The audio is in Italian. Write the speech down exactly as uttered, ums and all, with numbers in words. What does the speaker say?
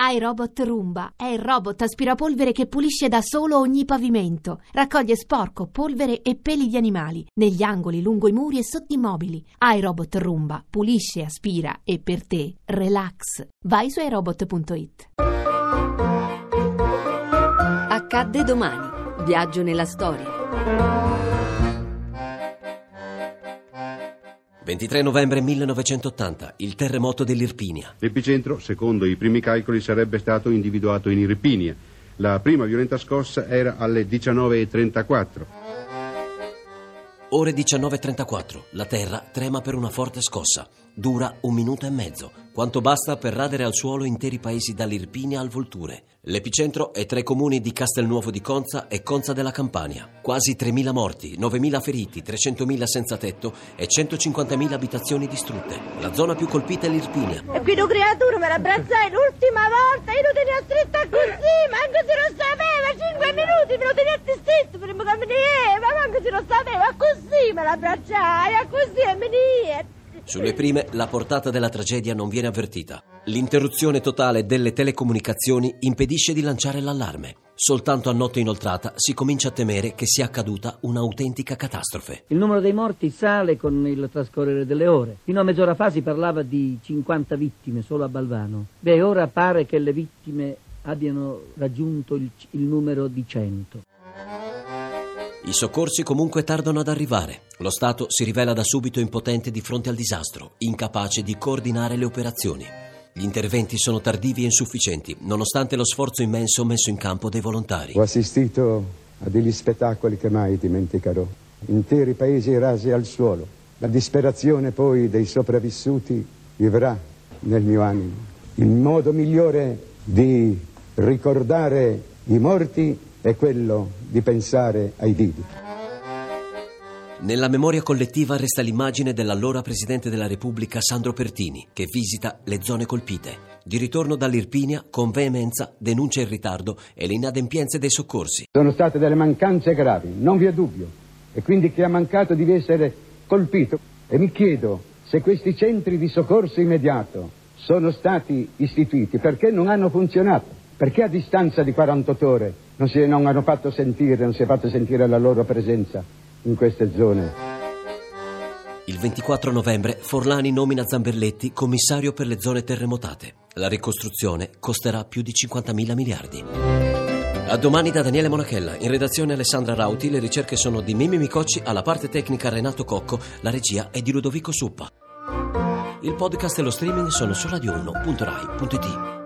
iRobot Roomba è il robot aspirapolvere che pulisce da solo ogni pavimento. Raccoglie sporco, polvere e peli di animali negli angoli, lungo i muri e sotto i mobili. iRobot Roomba pulisce, aspira e per te relax. Vai su iRobot punto it. Accadde domani. Viaggio nella storia. ventitré novembre millenovecentottanta, il terremoto dell'Irpinia. L'epicentro, secondo i primi calcoli, sarebbe stato individuato in Irpinia. La prima violenta scossa era alle diciannove e trentaquattro. Ore diciannove e trentaquattro. La terra trema per una forte scossa. Dura un minuto e mezzo, quanto basta per radere al suolo interi paesi dall'Irpinia al Volturno. L'epicentro è tra i comuni di Castelnuovo di Conza e Conza della Campania. Quasi tremila morti, novemila feriti, trecentomila senza tetto e centocinquantamila abitazioni distrutte. La zona più colpita è l'Irpinia. E qui tu creatura me l'abbracciai l'ultima volta, io lo tenevo stretta così, manco se lo sapeva, cinque minuti me lo tenevo stretto, prima che me ne ma manco se lo sapeva, così me l'abbracciai, così e me ne. Sulle prime, la portata della tragedia non viene avvertita. L'interruzione totale delle telecomunicazioni impedisce di lanciare l'allarme. Soltanto a notte inoltrata si comincia a temere che sia accaduta un'autentica catastrofe. Il numero dei morti sale con il trascorrere delle ore. Fino a mezz'ora fa si parlava di cinquanta vittime solo a Balvano. Beh, ora pare che le vittime abbiano raggiunto il, il numero di cento. I soccorsi comunque tardano ad arrivare. Lo Stato si rivela da subito impotente di fronte al disastro, incapace di coordinare le operazioni. Gli interventi sono tardivi e insufficienti, nonostante lo sforzo immenso messo in campo dai volontari. Ho assistito a degli spettacoli che mai dimenticherò. Interi paesi rasi al suolo. La disperazione poi dei sopravvissuti vivrà nel mio animo. Il modo migliore di ricordare i morti è quello di pensare ai vivi. Nella memoria collettiva resta l'immagine dell'allora Presidente della Repubblica Sandro Pertini, che visita le zone colpite. Di ritorno dall'Irpinia, con veemenza denuncia il ritardo e le inadempienze dei soccorsi. Sono state delle mancanze gravi, non vi è dubbio, e quindi chi ha mancato deve essere colpito. E mi chiedo se questi centri di soccorso immediato sono stati istituiti, perché non hanno funzionato? Perché a distanza di quarantotto ore non, si, non hanno fatto sentire, non si è fatto sentire la loro presenza in queste zone? Il ventiquattro novembre Forlani nomina Zamberletti commissario per le zone terremotate. La ricostruzione costerà più di cinquantamila miliardi. A domani da Daniele Monachella, in redazione Alessandra Rauti, le ricerche sono di Mimmi Micocci, alla parte tecnica Renato Cocco, la regia è di Ludovico Suppa. Il podcast e lo streaming sono su radio uno punto rai punto it.